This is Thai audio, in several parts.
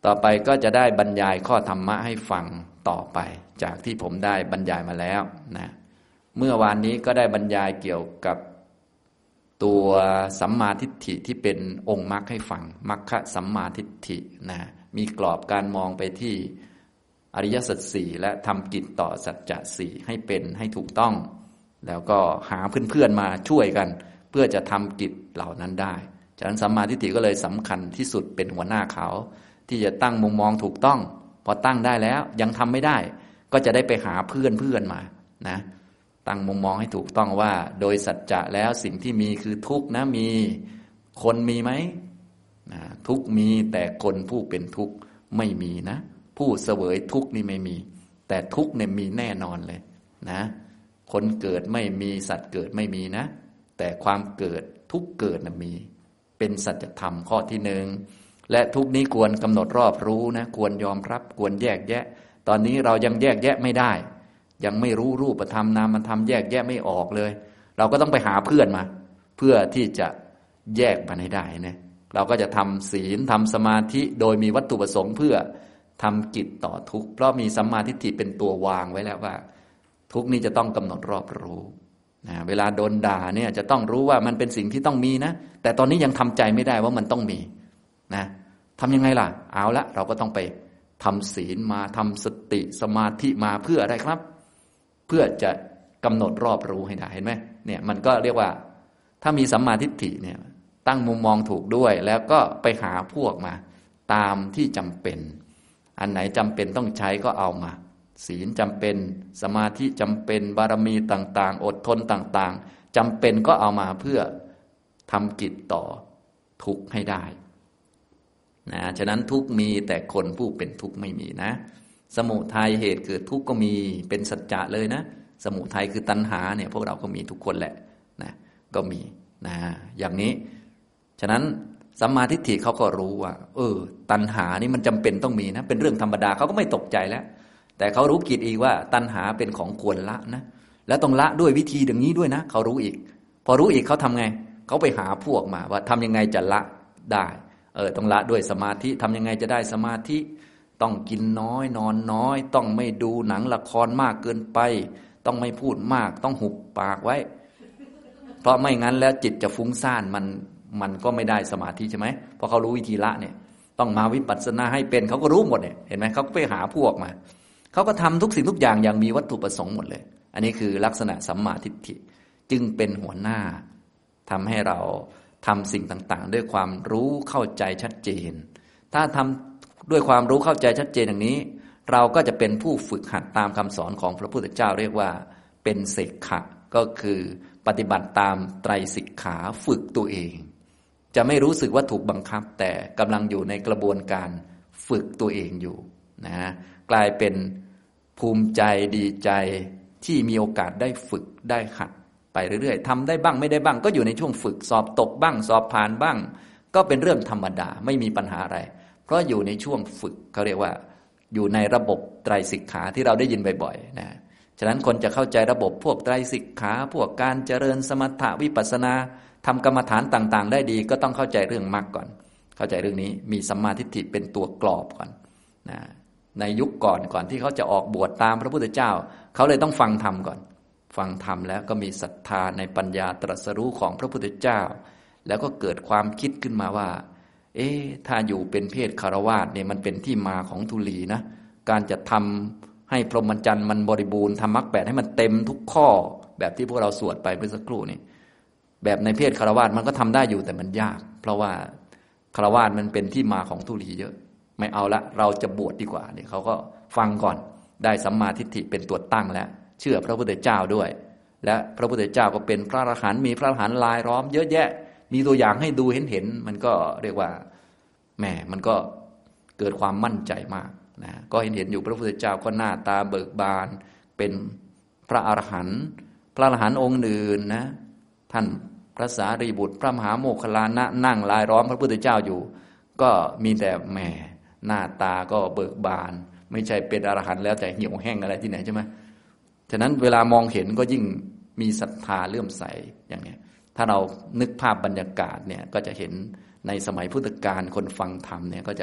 ต่อไปก็จะได้บรรยายข้อธรรมะให้ฟังต่อไปจากที่ผมได้บรรยายมาแล้วนะเมื่อวานนี้ก็ได้บรรยายเกี่ยวกับตัวสัมมาทิฏฐิที่เป็นองค์มรรคให้ฟังมรรคสัมมาทิฏฐินะมีกรอบการมองไปที่อริยสัจสี่และทำกิจต่อสัจจะสี่ให้เป็นให้ถูกต้องแล้วก็หาเพื่อนๆมาช่วยกันเพื่อจะทำกิจเหล่านั้นได้ฉะนั้นสัมมาทิฏฐิก็เลยสำคัญที่สุดเป็นหัวหน้าเขาที่จะตั้งมุมมองถูกต้องพอตั้งได้แล้วยังทำไม่ได้ก็จะได้ไปหาเพื่อนมานะตั้งมุมมองให้ถูกต้องว่าโดยสัจจะแล้วสิ่งที่มีคือทุกข์นะมีคนมีไหมทุกข์มีแต่คนผู้เป็นทุกข์ไม่มีนะผู้เสวยทุกข์นี่ไม่มีแต่ทุกข์เนี่ยมีแน่นอนเลยนะคนเกิดไม่มีสัตว์เกิดไม่มีนะแต่ความเกิดทุกข์เกิดน่ะมีเป็นสัจธรรมข้อที่หนึ่งและทุกนี้ควรกำหนดรอบรู้นะควรยอมรับควรแยกแยะตอนนี้เรายังแยกแยะไม่ได้ยังไม่รู้รูปธรรมนามธรรมแยกแยะไม่ออกเลยเราก็ต้องไปหาเพื่อนมาเพื่อที่จะแยกมันให้ได้นะเราก็จะทำศีลทำสมาธิโดยมีวัตถุประสงค์เพื่อทำกิจต่อทุกข์เพราะมีสัมมาทิฏฐิเป็นตัววางไว้แล้วว่าทุกข์นี้จะต้องกำหนดรอบรู้นะเวลาโดนด่าเนี่ยจะต้องรู้ว่ามันเป็นสิ่งที่ต้องมีนะแต่ตอนนี้ยังทำใจไม่ได้ว่ามันต้องมีนะทำยังไงล่ะเอาละเราก็ต้องไปทำศีลมาทำสติสมาธิมาเพื่ออะไรครับเพื่อจะกำหนดรอบรู้ให้ได้เห็นไหมเนี่ยมันก็เรียกว่าถ้ามีสัมมาทิฏฐิเนี่ยตั้งมุมมองถูกด้วยแล้วก็ไปหาพวกมาตามที่จำเป็นอันไหนจำเป็นต้องใช้ก็เอามาศีลจำเป็นสมาธิจำเป็นบารมีต่างๆอดทนต่างๆจำเป็นก็เอามาเพื่อทำกิจต่อทุกข์ให้ได้นะฉะนั้นทุกข์มีแต่คนผู้เป็นทุกข์ไม่มีนะสมุทัยเหตุเกิดทุกข์ก็มีเป็นสัจจะเลยนะสมุทัยคือตัณหาเนี่ยพวกเราก็มีทุกคนแหละนะก็มีนะอย่างนี้ฉะนั้นสัมมาทิฏฐิเขาก็รู้ว่าตัณหานี่มันจำเป็นต้องมีนะเป็นเรื่องธรรมดาเขาก็ไม่ตกใจแล้วแต่เขารู้กิจอีกว่าตัณหาเป็นของควรละนะแล้วต้องละด้วยวิธีอย่างนี้ด้วยนะเขารู้อีกพอรู้อีกเขาทำไงเขาไปหาพวกมาว่าทำยังไงจะละได้ต้องละด้วยสมาธิทำยังไงจะได้สมาธิต้องกินน้อยนอนน้อยต้องไม่ดูหนังละครมากเกินไปต้องไม่พูดมากต้องหุบปากไว้เพราะไม่งั้นแล้วจิตจะฟุ้งซ่านมันก็ไม่ได้สมาธิใช่ไหมเพราะเขารู้วิธีละเนี่ยต้องมาวิปัสสนาให้เป็นเขาก็รู้หมดเนี่ยเห็นไหมเขาก็ไปหาพวกมาเขาก็ทำทุกสิ่งทุกอย่างอย่างมีวัตถุประสงค์หมดเลยอันนี้คือลักษณะสัมมาทิฏฐิจึงเป็นหัวหน้าทำให้เราทำสิ่งต่างๆด้วยความรู้เข้าใจชัดเจนถ้าทำด้วยความรู้เข้าใจชัดเจนอย่างนี้เราก็จะเป็นผู้ฝึกหัดตามคำสอนของพระพุทธเจ้าเรียกว่าเป็นเสกขะก็คือปฏิบัติตามไตรสิกขาฝึกตัวเองจะไม่รู้สึกว่าถูกบังคับแต่กำลังอยู่ในกระบวนการฝึกตัวเองอยู่นะกลายเป็นภูมิใจดีใจที่มีโอกาสได้ฝึกได้หัดไปเรื่อยๆทำได้บ้างไม่ได้บ้างก็อยู่ในช่วงฝึกสอบตกบ้างสอบผ่านบ้างก็เป็นเรื่องธรรมดาไม่มีปัญหาอะไรเพราะอยู่ในช่วงฝึกเขาเรียกว่าอยู่ในระบบไตรสิกขาที่เราได้ยินบ่อยๆนะฉะนั้นคนจะเข้าใจระบบพวกไตรสิกขาพวกการเจริญสมถะวิปัสสนาทำกรรมฐานต่างๆได้ดีก็ต้องเข้าใจเรื่องมรรคก่อนเข้าใจเรื่องนี้มีสัมมาทิฏฐิเป็นตัวกรอบก่อนนะในยุคก่อนที่เขาจะออกบวชตามพระพุทธเจ้าเขาเลยต้องฟังธรรมก่อนฟังธรรมแล้วก็มีศรัทธาในปัญญาตรัสรู้ของพระพุทธเจ้าแล้วก็เกิดความคิดขึ้นมาว่าถ้าอยู่เป็นเพศคฤหัสถ์เนี่ยมันเป็นที่มาของทุลีนะการจะทำให้พรหมจรรย์มันบริบูรณ์ทำมรรคแปดให้มันเต็มทุกข้อแบบที่พวกเราสวดไปเมื่อสักครู่นี้แบบในเพศคฤหัสถ์มันก็ทำได้อยู่แต่มันยากเพราะว่าคฤหัสถ์มันเป็นที่มาของทุลีเยอะไม่เอาละเราจะบวชดีกว่าเนี่ยเขาก็ฟังก่อนได้สัมมาทิฏฐิเป็นตัวตั้งแล้วเชื่อพระพุทธเจ้าด้วยและพระพุทธเจ้าก็เป็นพระอรหันต์มีพระอรหันต์รายล้อมเยอะแยะมีตัวอย่างให้ดูเห็นมันก็เรียกว่าแหมมันก็เกิดความมั่นใจมากนะก็เห็นอยู่พระพุทธเจ้าก็หน้าตาเบิกบานเป็นพระอรหันต์พระอรหันต์องค์อื่นนะท่านพระสารีบุตรพระมหาโมคคัลลานะนั่งรายล้อมพระพุทธเจ้าอยู่ก็มีแต่แหมหน้าตาก็เบิกบานไม่ใช่เป็นอรหันต์แล้วแต่เหี่ยวแห้งอะไรที่ไหนใช่ไหมฉะนั้นเวลามองเห็นก็ยิ่งมีศรัทธาเลื่อมใสอย่างนี้ถ้าเรานึกภาพบรรยากาศเนี่ยก็จะเห็นในสมัยพุทธกาลคนฟังธรรมเนี่ยก็จะ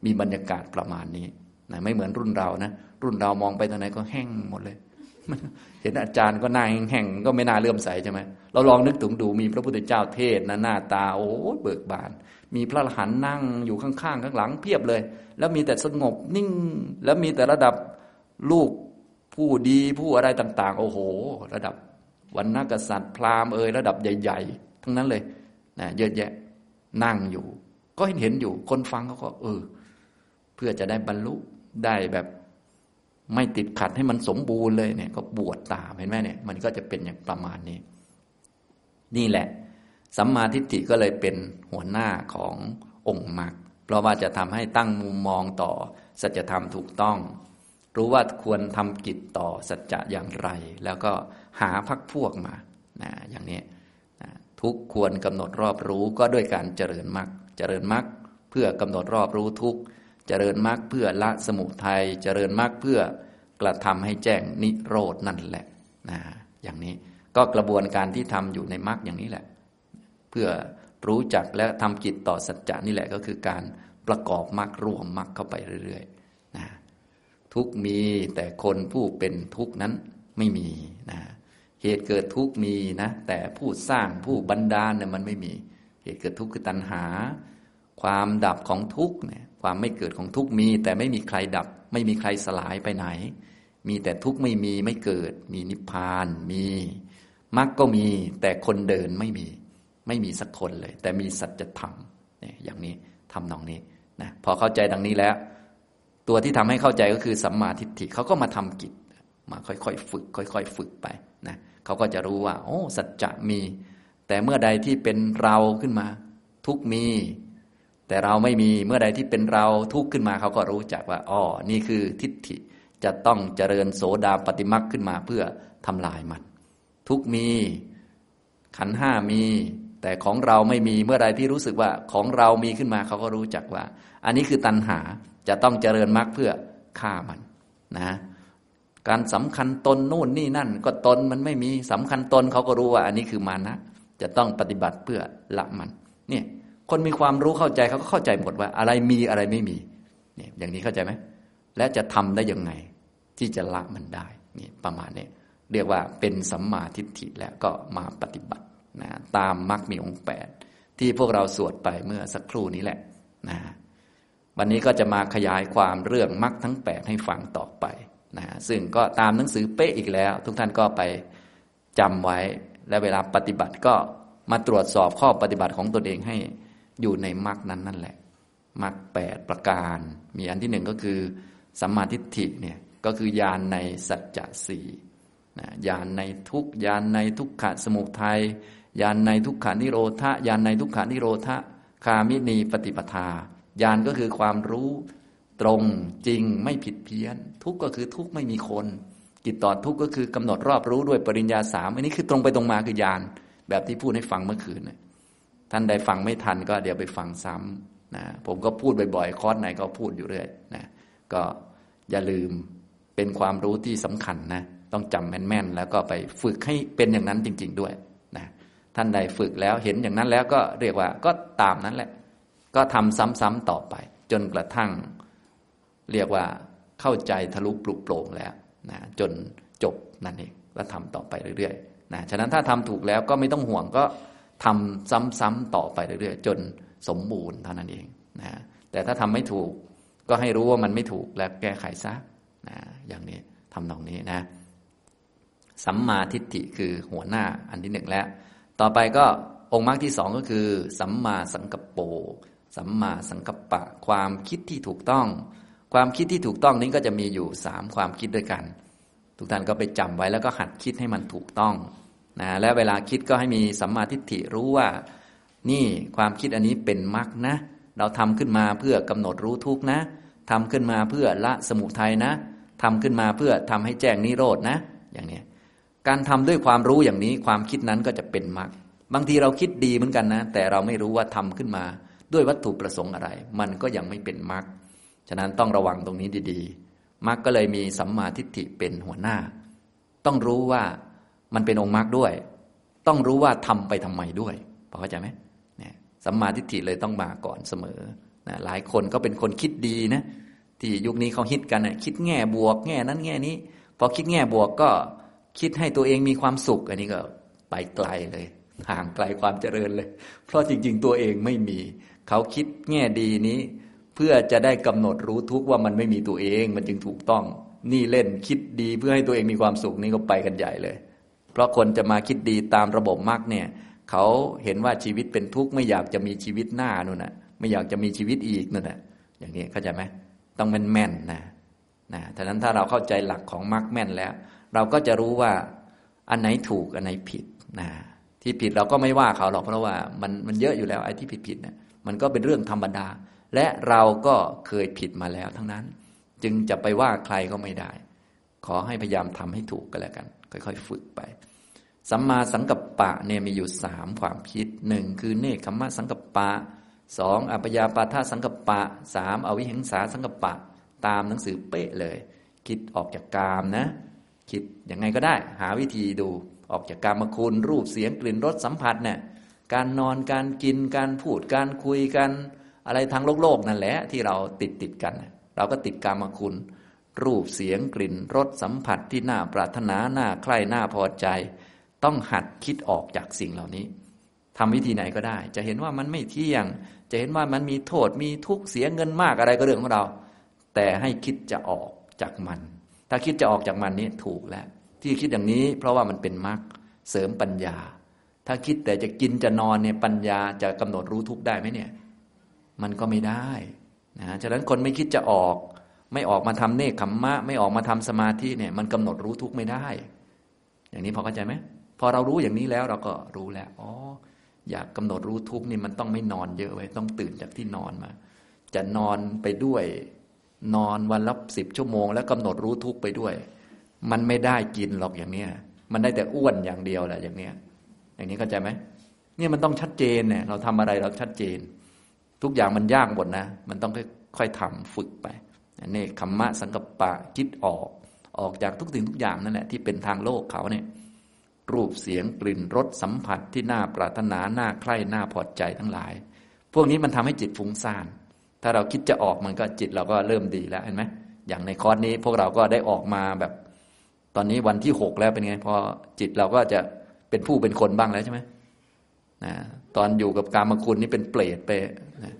มีบรรยากาศประมาณนี้นะไม่เหมือนรุ่นเรานะรุ่นเรามองไปทางไหนก็แห้งหมดเลยเห็นอาจารย์ก็หน้าแห้งๆก็ไม่น่าเลื่อมใสใช่ไหมเราลองนึกถึงดูมีพระพุทธเจ้าเทศนะหน้าตาโอ้เบิกบานมีพระอรหันต์นั่งอยู่ข้างๆข้างหลังเพียบเลยแล้วมีแต่สงบนิ่งแล้วมีแต่ระดับลูกผู้ดีผู้อะไรต่างๆโอ้โหระดับวรรณกษัตริย์พราหมณ์ระดับใหญ่ๆทั้งนั้นเลยนะเยอะแยะนั่งอยู่ก็เห็นอยู่คนฟังเขาก็เพื่อจะได้บรรลุได้แบบไม่ติดขัดให้มันสมบูรณ์เลยเนี่ยก็บวชตามเห็นไหมเนี่ยมันก็จะเป็นอย่างประมาณนี้นี่แหละสัมมาทิฏฐิก็เลยเป็นหัวหน้าขององค์มรรคเพราะว่าจะทำให้ตั้งมุมมองต่อสัจธรรมถูกต้องรู้ว่าควรทำกิจต่อสัจจะอย่างไรแล้วก็หาพรรคพวกมาอย่างนี้ทุกควรกำหนดรอบรู้ก็ด้วยการเจริญมรรคเจริญมรรคเพื่อกำหนดรอบรู้ทุกเจริญมรรคเพื่อละสมุทัยเจริญมรรคเพื่อกระทำให้แจ้งนิโรธนั่นแหละอย่างนี้ก็กระบวนการที่ทำอยู่ในมรรคอย่างนี้แหละเพื่อรู้จักและทำกิจต่อสัจจะนี่แหละก็คือการประกอบมรรครวมมรรคเข้าไปเรื่อยๆทุกมีแต่คนผู้เป็นทุกข์นั้นไม่มีเหตุเกิดทุกข์มีนะแต่ผู้สร้างผู้บันดาลเนี่ยมันไม่มีเหตุเกิดทุกข์คือตัณหาความดับของทุกข์เนี่ยความไม่เกิดของทุกข์มีแต่ไม่มีใครดับไม่มีใครสลายไปไหนมีแต่ทุกข์ไม่มีไม่เกิดมีนิพพานมีมรรคก็มีแต่คนเดินไม่มีสักคนเลยแต่มีสัจธรรมเนี่ยอย่างนี้ทำนองนี้นะพอเข้าใจดังนี้แล้วตัวที่ทำให้เข้าใจก็คือสัมมาทิฏฐิเขาก็มาทำกิจมาค่อยๆฝึกค่อยๆฝึกไปนะเขาก็จะรู้ว่าโอ้สัจจะมีแต่เมื่อใดที่เป็นเราขึ้นมาทุกมีแต่เราไม่มีเมื่อใดที่เป็นเราทุกข์ขึ้นมาเขาก็รู้จักว่านี่คือทิฏฐิจะต้องเจริญโสดาปัตติมรรคขึ้นมาเพื่อทำลายมันทุกมีขันธ์ห้ามีแต่ของเราไม่มีเมื่อใดที่รู้สึกว่าของเรามีขึ้นมาเขาก็รู้จักว่าอันนี้คือตัณหาจะต้องเจริญมรรคเพื่อฆ่ามันนะการสำคัญตนนู่นนี่นั่นก็ตนมันไม่มีสำคัญตนเขาก็รู้ว่าอันนี้คือมานะจะต้องปฏิบัติเพื่อละมันเนี่ยคนมีความรู้เข้าใจเขาก็เข้าใจหมดว่าอะไรมีอะไรไม่มีเนี่ยอย่างนี้เข้าใจไหมและจะทำได้ยังไงที่จะละมันได้นี่ประมาณนี้เรียกว่าเป็นสัมมาทิฏฐิแล้วก็มาปฏิบัตินะตามมรรคมีองค์8ที่พวกเราสวดไปเมื่อสักครู่นี้แหละนะวันนี้ก็จะมาขยายความเรื่องมรรคทั้ง8ให้ฟังต่อไปนะซึ่งก็ตามหนังสือเป๊ะอีกแล้วทุกท่านก็ไปจำไว้และเวลาปฏิบัติก็มาตรวจสอบข้อปฏิบัติของตนเองให้อยู่ในมรรคนั้นนั่นแหละมรรค8ประการมีอันที่1ก็คือสัมมาทิฏฐิเนี่ยก็คือญาณในสัจจะ4ญาณในทุกข์ญาณในทุกขสมุทัยญาณในทุกขานิโรธญาณในทุกขานิโรธคามินีปฏิปทาญาณก็คือความรู้ตรงจริงไม่ผิดเพี้ยนทุกข์ก็คือทุกข์ไม่มีคนกิจต่อทุกข์ก็คือกำหนดรอบรู้ด้วยปริญญา3อันนี้คือตรงไปตรงมาคือญาณแบบที่พูดให้ฟังเมื่อคืนท่านใดฟังไม่ทันก็เดี๋ยวไปฟังซ้ำนะผมก็พูดบ่อยๆคอร์สไหนก็พูดอยู่เรื่อยนะก็อย่าลืมเป็นความรู้ที่สำคัญนะต้องจำแม่นๆแล้วก็ไปฝึกให้เป็นอย่างนั้นจริงๆด้วยนะท่านใดฝึกแล้วเห็นอย่างนั้นแล้วก็เรียกว่าก็ตามนั้นแหละก็ทำซ้ำๆต่อไปจนกระทั่งเรียกว่าเข้าใจทะลุปลุกโปร่งแล้วนะจนจบนั่นเองแล้วทำต่อไปเรื่อยๆนะฉะนั้นถ้าทำถูกแล้วก็ไม่ต้องห่วงก็ทำซ้ำๆต่อไปเรื่อยๆจนสมบูรณ์เท่านั้นเองนะแต่ถ้าทำไม่ถูกก็ให้รู้ว่ามันไม่ถูกและแก้ไขซะนะอย่างนี้ทำตรงนี้นะสัมมาทิฏฐิคือหัวหน้าอันที่1แล้วต่อไปก็องค์มรรคที่2ก็คือสัมมาสังกัปโปสัมมาสังกัปปะความคิดที่ถูกต้องความคิดที่ถูกต้องนี้ก็จะมีอยู่3ความคิดด้วยกันทุกท่านก็ไปจำไว้แล้วก็หัดคิดให้มันถูกต้องนะและเวลาคิดก็ให้มีสัมมาทิฏฐิรู้ว่านี่ความคิดอันนี้เป็นมรรคนะเราทำขึ้นมาเพื่อกำหนดรู้ทุกข์นะทำขึ้นมาเพื่อละสมุทัยนะทำขึ้นมาเพื่อทำให้แจ้งนิโรธนะอย่างนี้การทำด้วยความรู้อย่างนี้ความคิดนั้นก็จะเป็นมรรคบางทีเราคิดดีเหมือนกันนะแต่เราไม่รู้ว่าทำขึ้นมาด้วยวัตถุประสงค์อะไรมันก็ยังไม่เป็นมรรคฉะนั้นต้องระวังตรงนี้ดีๆมรรคก็เลยมีสัมมาทิฏฐิเป็นหัวหน้าต้องรู้ว่ามันเป็นองค์มรรคด้วยต้องรู้ว่าทำไปทำไมด้วยพอเข้าใจไหมเนี่ยสัมมาทิฏฐิเลยต้องมาก่อนเสมอนะหลายคนก็เป็นคนคิดดีนะที่ยุคนี้เขาฮิตกันนะคิดแง่บวกแง่นั้นแง่นี้พอคิดแง่บวกก็คิดให้ตัวเองมีความสุขอันนี้ก็ไปไกลเลยห่างไกลความเจริญเลยเพราะจริงๆตัวเองไม่มีเขาคิดแง่ดีนี้เพื่อจะได้กำหนดรู้ทุกว่ามันไม่มีตัวเองมันจึงถูกต้องนี่เล่นคิดดีเพื่อให้ตัวเองมีความสุขนี่ก็ไปกันใหญ่เลยเพราะคนจะมาคิดดีตามระบบมรรคเนี่ยเขาเห็นว่าชีวิตเป็นทุกข์ไม่อยากจะมีชีวิตหน้านู่นน่ะไม่อยากจะมีชีวิตอีกนู่นน่ะอย่างนี้เข้าใจไหมต้องแม่นๆนะฉะนั้นถ้าเราเข้าใจหลักของมรรคแม่นแล้วเราก็จะรู้ว่าอันไหนถูกอันไหนผิดนะที่ผิดเราก็ไม่ว่าเขาหรอกเพราะว่ามันเยอะอยู่แล้วไอ้ที่ผิดเนี่ยมันก็เป็นเรื่องธรรมดาและเราก็เคยผิดมาแล้วทั้งนั้นจึงจะไปว่าใครก็ไม่ได้ขอให้พยายามทำให้ถูกกันแล้วกันค่อยๆฝึกไปสัมมาสังกัปปะเนี่ยมีอยู่3ความคิด1คือเนกขัมมะสังกัปปะ2อัปปยาปาทสังกัปปะ3อวิหิงสาสังกัปปะตามหนังสือเป๊ะเลยคิดออกจากกามนะคิดยังไงก็ได้หาวิธีดูออกจากกามคุณรูปเสียงกลิ่นรสสัมผัสเนี่ยการนอนการกินการพูดการคุยกันอะไรทางโลกนั่นแหละที่เราติดกันเราก็ติดกามคุณรูปเสียงกลิ่นรสสัมผัสที่น่าปรารถนาน่าใคร่น่าพอใจต้องหัดคิดออกจากสิ่งเหล่านี้ทำวิธีไหนก็ได้จะเห็นว่ามันไม่เที่ยงจะเห็นว่ามันมีโทษมีทุกข์เสียเงินมากอะไรก็เรื่องของเราแต่ให้คิดจะออกจากมันถ้าคิดจะออกจากมันนี้ถูกแล้วที่คิดอย่างนี้เพราะว่ามันเป็นมรรคเสริมปัญญาถ้าคิดแต่จะกินจะนอนเนี่ยปัญญาจะกำหนดรู้ทุกข์ได้ไหมเนี่ยมันก็ไม่ได้นะฉะนั้นคนไม่คิดจะออกไม่ออกมาทำเนกขัมมะไม่ออกมาทำสมาธิเนี่ยมันกำหนดรู้ทุกข์ไม่ได้อย่างนี้พอเข้าใจไหมพอเรารู้อย่างนี้แล้วเราก็รู้แล้วอ๋ออยากกำหนดรู้ทุกข์นี่มันต้องไม่นอนเยอะไว้ต้องตื่นจากที่นอนมาจะนอนไปด้วยนอนวันละ10 ชั่วโมงแล้วกำหนดรู้ทุกข์ไปด้วยมันไม่ได้กินหรอกอย่างเนี้ยมันได้แต่อ้วนอย่างเดียวแหละอย่างเนี้ยอย่างนี้เข้าใจไหมเนี่ยมันต้องชัดเจนเนี่ยเราทำอะไรเราชัดเจนทุกอย่างมันยากหมดนะมันต้องค่อยๆทำฝึกไปเนกขัมมะสังกัปปะคิดออกจากทุกสิ่งทุกอย่างนั่นแหละที่เป็นทางโลกเขาเนี่ยรูปเสียงกลิ่นรสสัมผัสที่น่าปรารถนาน่าใคร่น่าพอใจทั้งหลายพวกนี้มันทำให้จิตฟุ้งซ่านถ้าเราคิดจะออกมันก็จิตเราก็เริ่มดีแล้วเห็นไหมอย่างในคอร์สนี้พวกเราก็ได้ออกมาแบบตอนนี้วันที่6แล้วเป็นไงพอจิตเราก็จะเป็นผู้เป็นคนบ้างแล้วใช่ไหมนะตอนอยู่กับกามคุณนี่เป็นเปรตไปนะ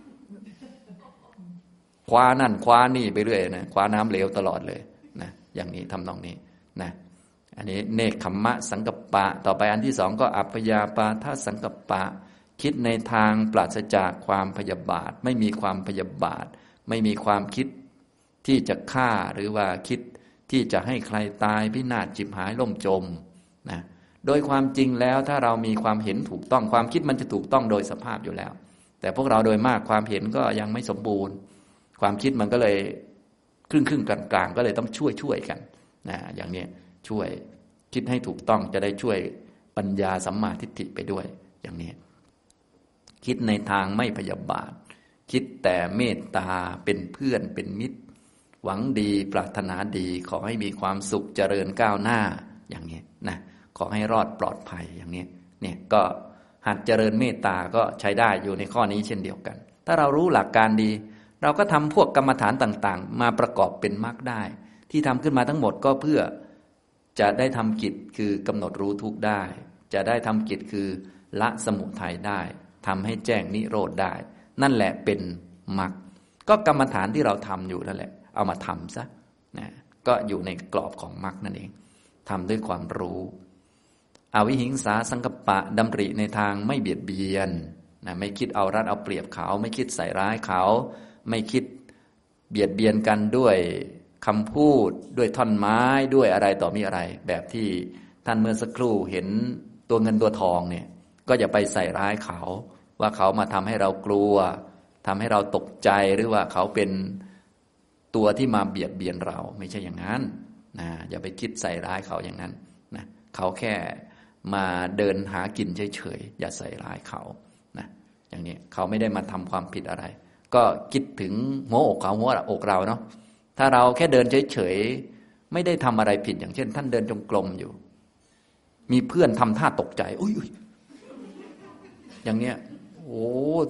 คว้านั่นคว้านี่ไปเรื่อยนะคว้าน้ำเหลวตลอดเลยนะอย่างนี้ทำนองนี้นะอันนี้เนกขัมมะสังกัปปะต่อไปอันที่2ก็อัปปยาปาทสังกัปปะคิดในทางปราศจากความพยาบาทไม่มีความพยาบาทไม่มีความคิดที่จะฆ่าหรือว่าคิดที่จะให้ใครตายพินาศฉิบหายล่มจมนะโดยความจริงแล้วถ้าเรามีความเห็นถูกต้องความคิดมันจะถูกต้องโดยสภาพอยู่แล้วแต่พวกเราโดยมากความเห็นก็ยังไม่สมบูรณ์ความคิดมันก็เลยครึ่งกลางๆก็เลยต้องช่วยกันนะอย่างนี้ช่วยคิดให้ถูกต้องจะได้ช่วยปัญญาสัมมาทิฏฐิไปด้วยอย่างนี้คิดในทางไม่พยาบาทคิดแต่เมตตาเป็นเพื่อนเป็นมิตรหวังดีปรารถนาดีขอให้มีความสุขเจริญก้าวหน้าอย่างนี้นะขอให้รอดปลอดภัยอย่างนี้เนี่ยก็หัดเจริญเมตตาก็ใช้ได้อยู่ในข้อนี้เช่นเดียวกันถ้าเรารู้หลักการดีเราก็ทำพวกกรรมฐานต่างๆมาประกอบเป็นมรรคได้ที่ทำขึ้นมาทั้งหมดก็เพื่อจะได้ทำกิจคือกำหนดรู้ทุกข์ได้จะได้ทำกิจคือละสมุทัยได้ทำให้แจ้งนิโรธได้นั่นแหละเป็นมรรคก็กรรมฐานที่เราทำอยู่นั่นแหละเอามาทำซะนะก็อยู่ในกรอบของมรรคนั่นเองทำด้วยความรู้อวิหิงสาสังกัปปะดำริในทางไม่เบียดเบียนนะไม่คิดเอารัดเอาเปรียบเขาไม่คิดใส่ร้ายเขาไม่คิดเบียดเบียนกันด้วยคำพูดด้วยท่อนไม้ด้วยอะไรต่อมีอะไรแบบที่ท่านเมื่อสักครู่เห็นตัวเงินตัวทองเนี่ยก็อย่าไปใส่ร้ายเขาว่าเขามาทำให้เรากลัวทำให้เราตกใจหรือว่าเขาเป็นตัวที่มาเบียดเบียนเราไม่ใช่อย่างนั้นนะอย่าไปคิดใส่ร้ายเขาอย่างนั้นนะเขาแค่มาเดินหากินเฉยๆอย่าใส่ร้ายเขานะอย่างนี้เขาไม่ได้มาทำความผิดอะไรก็คิดถึงหัวอกเขาหัวอกเราเนาะถ้าเราแค่เดินเฉยๆไม่ได้ทำอะไรผิดอย่างเช่นท่านเดินจงกรมอยู่มีเพื่อนทำท่าตกใจอุ้ยอย่างเนี้ยโอ้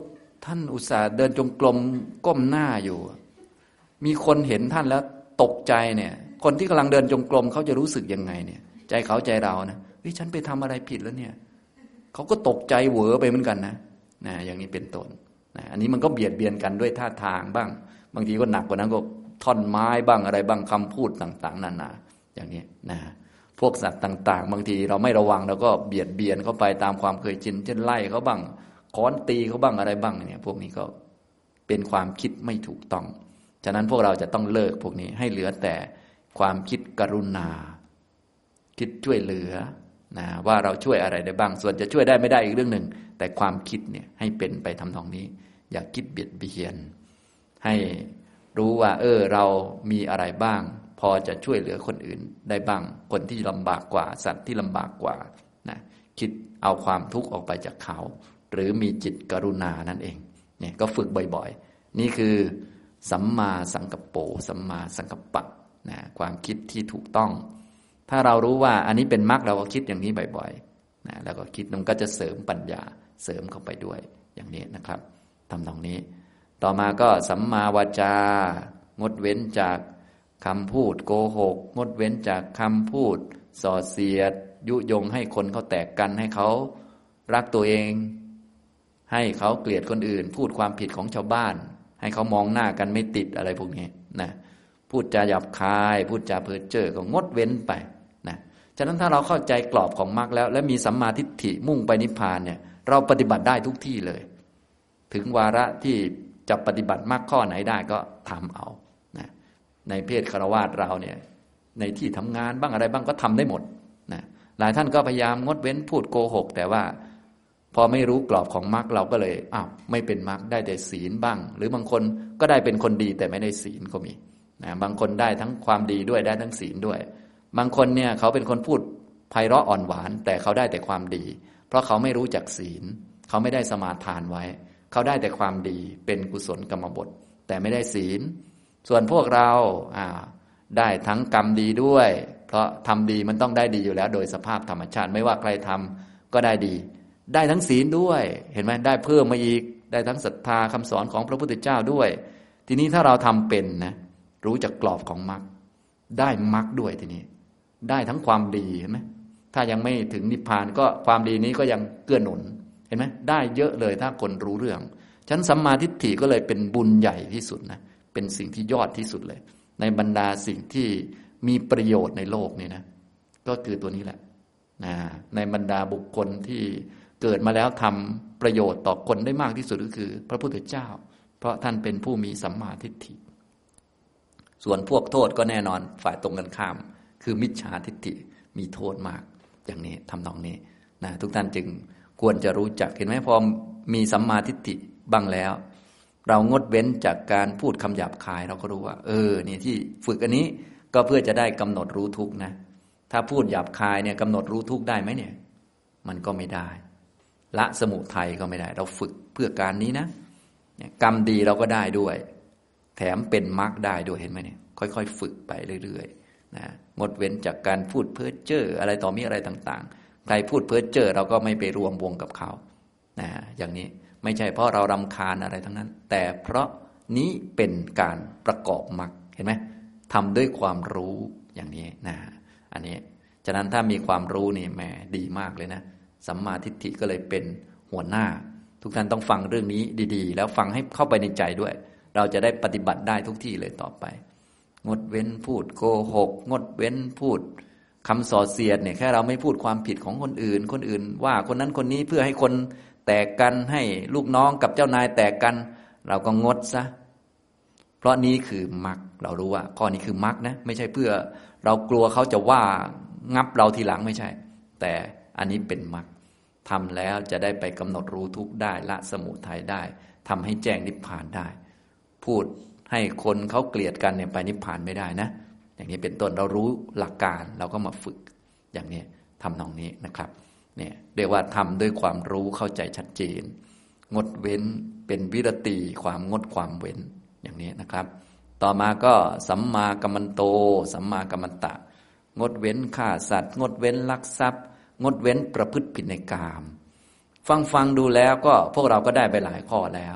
ท่านอุตส่าห์เดินจงกรมก้มหน้าอยู่มีคนเห็นท่านแล้วตกใจเนี่ยคนที่กำลังเดินจงกรมเขาจะรู้สึกยังไงเนี่ยใจเขาใจเรานะฉันไปทำอะไรผิดแล้วเนี่ยเขาก็ตกใจเหวอไปเหมือนกันนะอย่างนี้เป็นต้นอันนี้มันก็เบียดเบียนกันด้วยท่าทางบ้างบางทีก็หนักกว่านั้นก็ท่อนไม้บ้างอะไรบ้างคำพูดต่างๆนานาอย่างนี้พวกสัตว์ต่างๆบางทีเราไม่ระวังเราก็เบียดเบียนเข้าไปตามความเคยชินเช่นไล่เขาบ้างค้อนตีเขาบ้างอะไรบ้างเนี่ยพวกนี้ก็เป็นความคิดไม่ถูกต้องฉะนั้นพวกเราจะต้องเลิกพวกนี้ให้เหลือแต่ความคิดกรุณาคิดช่วยเหลือว่าเราช่วยอะไรได้บ้างส่วนจะช่วยได้ไม่ได้อีกเรื่องหนึ่งแต่ความคิดเนี่ยให้เป็นไปทำนองนี้อย่าคิดเบียดเบียนให้รู้ว่าเรามีอะไรบ้างพอจะช่วยเหลือคนอื่นได้บ้างคนที่ลำบากกว่าสัตว์ที่ลำบากกว่าคิดเอาความทุกข์ออกไปจากเขาหรือมีจิตกรุณานั่นเองเนี่ยก็ฝึกบ่อยๆนี่คือสัมมาสังกัปโปสัมมาสังกัปปะความคิดที่ถูกต้องถ้าเรารู้ว่าอันนี้เป็นมรรคเราก็คิดอย่างนี้บ่อยๆแล้วก็คิดมันก็จะเสริมปัญญาเสริมเข้าไปด้วยอย่างนี้นะครับทำตรงนี้ต่อมาก็สัมมาวาจางดเว้นจากคำพูดโกหกงดเว้นจากคำพูดส่อเสียดยุยงให้คนเขาแตกกันให้เขารักตัวเองให้เขาเกลียดคนอื่นพูดความผิดของชาวบ้านให้เขามองหน้ากันไม่ติดอะไรพวกนี้พูดจาหยาบคายพูดจาเพ้อเจ้อก็งดเว้นไปฉะนั้นถ้าเราเข้าใจกรอบของมรรคแล้วและมีสัมมาทิฏฐิมุ่งไปนิพพานเนี่ยเราปฏิบัติได้ทุกที่เลยถึงวาระที่จะปฏิบัติมรรคข้อไหนได้ก็ทำเอาในเพศฆราวาสเราเนี่ยในที่ทำงานบ้างอะไรบ้างก็ทำได้หมดหลายท่านก็พยายามงดเว้นพูดโกหกแต่ว่าพอไม่รู้กรอบของมรรคเราก็เลยไม่เป็นมรรคได้แต่ศีลบ้างหรือบางคนก็ได้เป็นคนดีแต่ไม่ได้ศีลก็มีบางคนได้ทั้งความดีด้วยได้ทั้งศีลด้วยบางคนเนี่ยเขาเป็นคนพูดไพเราะอ่อนหวานแต่เขาได้แต่ความดีเพราะเขาไม่รู้จักศีลเขาไม่ได้สมาทานไว้เขาได้แต่ความดีเป็นกุศลกรรมบทแต่ไม่ได้ศีลส่วนพวกเราได้ทั้งกรรมดีด้วยเพราะทำดีมันต้องได้ดีอยู่แล้วโดยสภาพธรรมชาติไม่ว่าใครทำก็ได้ดีได้ทั้งศีลด้วยเห็นไหมได้เพิ่มมาอีกได้ทั้งศรัทธาคำสอนของพระพุทธเจ้าด้วยทีนี้ถ้าเราทำเป็นนะรู้จักกรอบของมรรคได้มรรคด้วยทีนี้ได้ทั้งความดีเห็นไหมถ้ายังไม่ถึงนิพพานก็ความดีนี้ก็ยังเกื้อหนุนเห็นไหมได้เยอะเลยถ้าคนรู้เรื่องฉะนั้นสัมมาทิฏฐิก็เลยเป็นบุญใหญ่ที่สุดนะเป็นสิ่งที่ยอดที่สุดเลยในบรรดาสิ่งที่มีประโยชน์ในโลกนี้นะก็คือตัวนี้แหละในบรรดาบุคคลที่เกิดมาแล้วทำประโยชน์ต่อคนได้มากที่สุดก็คือพระพุทธเจ้าเพราะท่านเป็นผู้มีสัมมาทิฏฐิส่วนพวกโทษก็แน่นอนฝ่ายตรงกันข้ามคือมิจฉาทิฏฐิมีโทษมากอย่างนี้ทำนองนี้ทุกท่านจึงควรจะรู้จักเห็นไหมพอมีสัมมาทิฏฐิบ้างแล้วเรางดเว้นจากการพูดคำหยาบคายเราก็รู้ว่านี่ที่ฝึกอันนี้ก็เพื่อจะได้กำหนดรู้ทุกข์นะถ้าพูดหยาบคายเนี่ยกำหนดรู้ทุกข์ได้ไหมเนี่ยมันก็ไม่ได้ละสมุทัยก็ไม่ได้เราฝึกเพื่อการนี้นะกรรมดีเราก็ได้ด้วยแถมเป็นมรรคได้ด้วยเห็นไหมเนี่ยค่อยๆฝึกไปเรื่อยๆงดเว้นจากการพูดเพ้อเจ้ออะไรต่อมีอะไรต่างๆใครพูดเพ้อเจ้อเราก็ไม่ไปรวมวงกับเขาอย่างนี้ไม่ใช่เพราะเรารำคาญอะไรทั้งนั้นแต่เพราะนี้เป็นการประกอบมรรคเห็นไหมทำด้วยความรู้อย่างนี้อันนี้ฉะนั้นถ้ามีความรู้นี่แหมดีมากเลยนะสัมมาทิฏฐิก็เลยเป็นหัวหน้าทุกท่านต้องฟังเรื่องนี้ดีๆแล้วฟังให้เข้าไปในใจด้วยเราจะได้ปฏิบัติได้ทุกที่เลยต่อไปงดเว้นพูดโกหกงดเว้นพูดคำส่อเสียดเนี่ยแค่เราไม่พูดความผิดของคนอื่นว่าคนนั้นคนนี้เพื่อให้คนแตกกันให้ลูกน้องกับเจ้านายแตกกันเราก็งดซะเพราะนี้คือมรรคเรารู้ว่าข้อนี้คือมรรคนะไม่ใช่เพื่อเรากลัวเขาจะว่างับเราทีหลังไม่ใช่แต่อันนี้เป็นมรรคทำแล้วจะได้ไปกำหนดรู้ทุกข์ได้ละสมุทัยได้ทำให้แจ้งนิพพานได้พูดให้คนเขาเกลียดกันเนี่ยไปนิพพานไม่ได้นะอย่างนี้เป็นต้นเรารู้หลักการเราก็มาฝึกอย่างนี้ทำนองนี้นะครับเนี่ยเรียกว่าทำด้วยความรู้เข้าใจชัดเจนงดเว้นเป็นวิรติความงดความเว้นอย่างนี้นะครับต่อมาก็สัมมากัมมันโตสัมมากัมมันตะงดเว้นฆ่าสัตว์งดเว้นลักทรัพย์งดเว้นประพฤติผิดในกามฟังดูแล้วก็พวกเราก็ได้ไปหลายข้อแล้ว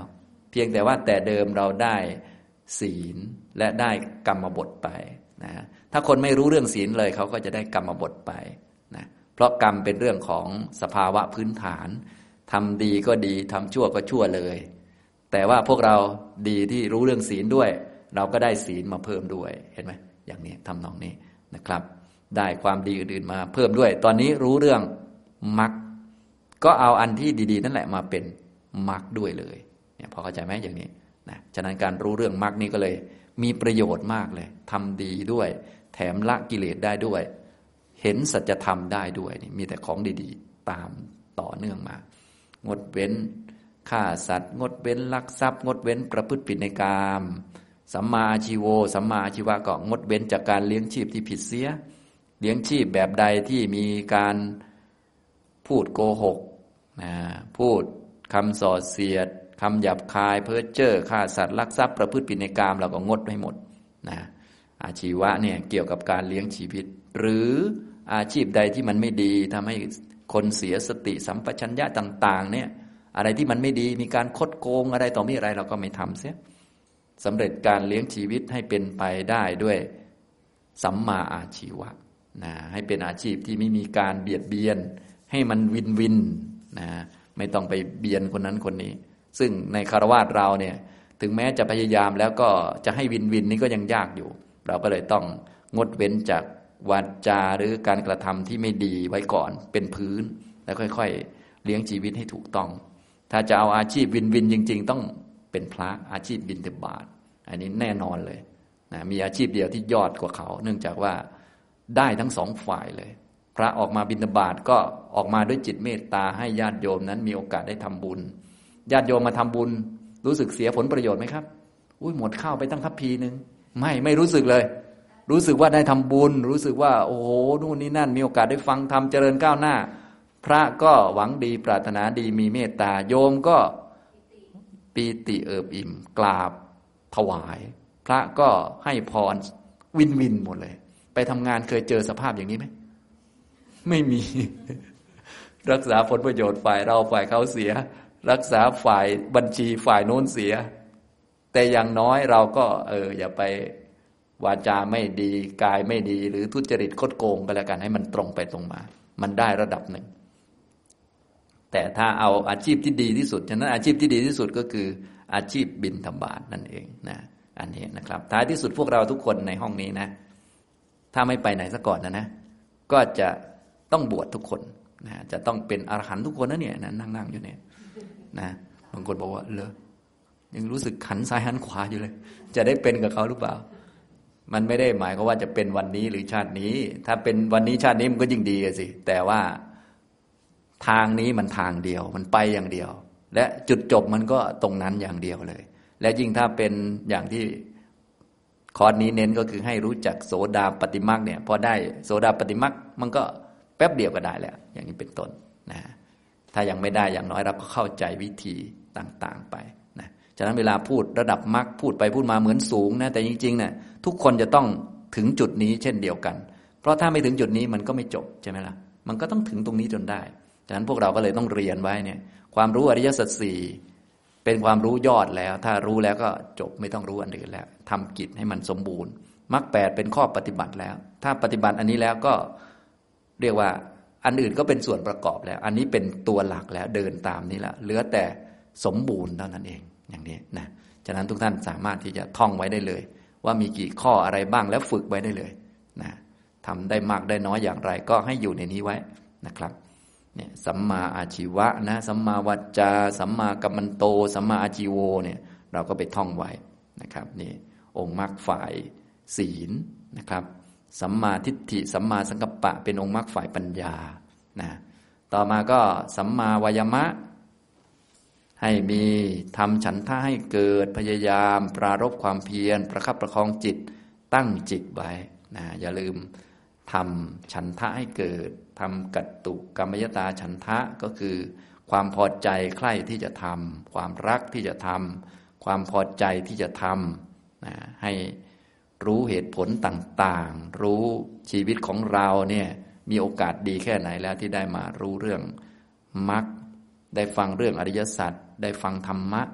เพียงแต่ว่าแต่เดิมเราได้ศีลและได้กรรมบทไปนะถ้าคนไม่รู้เรื่องศีลเลยเขาก็จะได้กรรมบทไปนะเพราะกรรมเป็นเรื่องของสภาวะพื้นฐานทำดีก็ดีทำชั่วก็ชั่วเลยแต่ว่าพวกเราดีที่รู้เรื่องศีลด้วยเราก็ได้ศีลมาเพิ่มด้วยเห็นไหมอย่างนี้ทำนองนี้นะครับได้ความดีอื่นๆมาเพิ่มด้วยตอนนี้รู้เรื่องมรรคก็เอาอันที่ดีๆนั่นแหละมาเป็นมรรคด้วยเลยเนี่ยพอเข้าใจไหมอย่างนี้นะฉะนั้นการรู้เรื่องมรรคนี้ก็เลยมีประโยชน์มากเลยทำดีด้วยแถมละกิเลสได้ด้วยเห็นสัจธรรมได้ด้วยนี่มีแต่ของดีๆตามต่อเนื่องมางดเว้นฆ่าสัตว์งดเว้นลักทรัพย์งดเว้นประพฤติผิดในกามสัมมาอาชีโวสัมมาอาชีวะก็งดเว้นจากการเลี้ยงชีพที่ผิดเสียเลี้ยงชีพแบบใดที่มีการพูดโกหกนะพูดคำส่อเสียดคำหยาบคายเพ้อเจ้อฆ่าสัตว์ลักทรัพย์ประพฤติผิดในกามเราก็งดให้หมดนะอาชีวะเนี่ยเกี่ยวกับการเลี้ยงชีวิตหรืออาชีพใดที่มันไม่ดีทำให้คนเสียสติสัมปชัญญะต่างๆเนี่ยอะไรที่มันไม่ดีมีการคดโกงอะไรต่อมีอะไรเราก็ไม่ทำเสียสำเร็จการเลี้ยงชีวิตให้เป็นไปได้ด้วยสัมมาอาชีวะนะให้เป็นอาชีพที่ไม่มีการเบียดเบียนให้มันวินวินนะไม่ต้องไปเบียนคนนั้นคนนี้ซึ่งในคฤหัสถ์เราเนี่ยถึงแม้จะพยายามแล้วก็จะให้วินวินนี่ก็ยังยากอยู่เราก็เลยต้องงดเว้นจากวาจาหรือการกระทำที่ไม่ดีไว้ก่อนเป็นพื้นแล้วค่อยๆเลี้ยงชีวิตให้ถูกต้องถ้าจะเอาอาชีพวินวินจริงๆต้องเป็นพระอาชีพบิณฑบาตอันนี้แน่นอนเลยนะมีอาชีพเดียวที่ยอดกว่าเขาเนื่องจากว่าได้ทั้งสองฝ่ายเลยพระออกมาบิณฑบาตก็ออกมาด้วยจิตเมตตาให้ญาติโยมนั้นมีโอกาสได้ทำบุญญาติโยมมาทำบุญรู้สึกเสียผลประโยชน์ไหมครับอุ้ยหมดข้าวไปตั้งคัพพีนึงไม่รู้สึกเลยรู้สึกว่าได้ทำบุญรู้สึกว่าโอ้โหนู่นนี่นั่นมีโอกาสได้ฟังธรรมเจริญก้าวหน้าพระก็หวังดีปรารถนาดีมีเมตตาโยมก็ปีติเอิบอิ่มกราบถวายพระก็ให้พรวินวินหมดเลยไปทำงานเคยเจอสภาพอย่างนี้ไหมไม่มี รักษาผลประโยชน์ฝ่ายเราฝ่ายเขาเสียรักษาฝ่ายบัญชีฝ่ายโน้นเสียแต่อย่างน้อยเราก็อย่าไปวาจาไม่ดีกายไม่ดีหรือทุจริตคดโกงก็แล้วกันให้มันตรงไปตรงมามันได้ระดับหนึ่งแต่ถ้าเอาอาชีพที่ดีที่สุดฉะนั้นอาชีพที่ดีที่สุดก็คืออาชีพบิณฑบาตนั่นเองนะอันนี้นะครับท้ายที่สุดพวกเราทุกคนในห้องนี้นะถ้าไม่ไปไหนซะก่อนนะก็จะต้องบวชทุกคนนะจะต้องเป็นอรหันต์ทุกคนนะเนี่ยนะนั่งอยู่เนี่ยนะบางคนบอกว่าเหรอยังรู้สึกหันซ้ายหันขวาอยู่เลยจะได้เป็นกับเขาหรือเปล่ามันไม่ได้หมายความว่าจะเป็นวันนี้หรือชาตินี้ถ้าเป็นวันนี้ชาตินี้มันก็ยิ่งดีสิแต่ว่าทางนี้มันทางเดียวมันไปอย่างเดียวและจุดจบมันก็ตรงนั้นอย่างเดียวเลยและยิ่งถ้าเป็นอย่างที่คอร์สนี้เน้นก็คือให้รู้จักโสดาปัตติมรรคเนี่ยพอได้โสดาปัตติมรรคมันก็แป๊บเดียวก็ได้แล้วอย่างนี้เป็นต้นนะถ้ายังไม่ได้อย่างน้อยเราก็เข้าใจวิธีต่างๆไปนะฉะนั้นเวลาพูดระดับมรรคพูดไปพูดมาเหมือนสูงนะแต่จริงๆเนี่ยทุกคนจะต้องถึงจุดนี้เช่นเดียวกันเพราะถ้าไม่ถึงจุดนี้มันก็ไม่จบใช่ไหมล่ะมันก็ต้องถึงตรงนี้จนได้ฉะนั้นพวกเราก็เลยต้องเรียนไว้เนี่ยความรู้อริยสัจสี่เป็นความรู้ยอดแล้วถ้ารู้แล้วก็จบไม่ต้องรู้อันอื่นแล้วทำกิจให้มันสมบูรณ์มรรคแปดเป็นข้อปฏิบัติแล้วถ้าปฏิบัติอันนี้แล้วก็เรียกว่าอันอื่นก็เป็นส่วนประกอบแล้วอันนี้เป็นตัวหลักแล้วเดินตามนี้ละเหลือแต่สมบูรณ์เท่านั้นเองอย่างนี้นะฉะนั้นทุกท่านสามารถที่จะท่องไว้ได้เลยว่ามีกี่ข้ออะไรบ้างแล้วฝึกไว้ได้เลยนะทำได้มากได้น้อยอย่างไรก็ให้อยู่ในนี้ไว้นะครับเนี่ยสัมมาอาชีวะนะสัมมาวาจาสัมมากัมมันโตสัมมาอาชีโวเนี่ยเราก็ไปท่องไว้นะครับนี่องค์มรรคฝ่ายศีลนะครับสัมมาทิฏฐิสัมมาสังกัปปะเป็นองค์มรรคฝ่ายปัญญานะต่อมาก็สัมมาวายามะให้มีทำฉันทะให้เกิดพยายามปรารภความเพียรประคับประคองจิตตั้งจิตไว้นะอย่าลืมทำฉันทะให้เกิดทำกัตตุกรรมยตาฉันทะก็คือความพอใจใคร่ที่จะทำความรักที่จะทำความพอใจที่จะทำนะให้รู้เหตุผลต่างๆรู้ชีวิตของเราเนี่ยมีโอกาสดีแค่ไหนแล้วที่ได้มารู้เรื่องมรรคได้ฟังเรื่องอริยสัจได้ฟังธรรมะ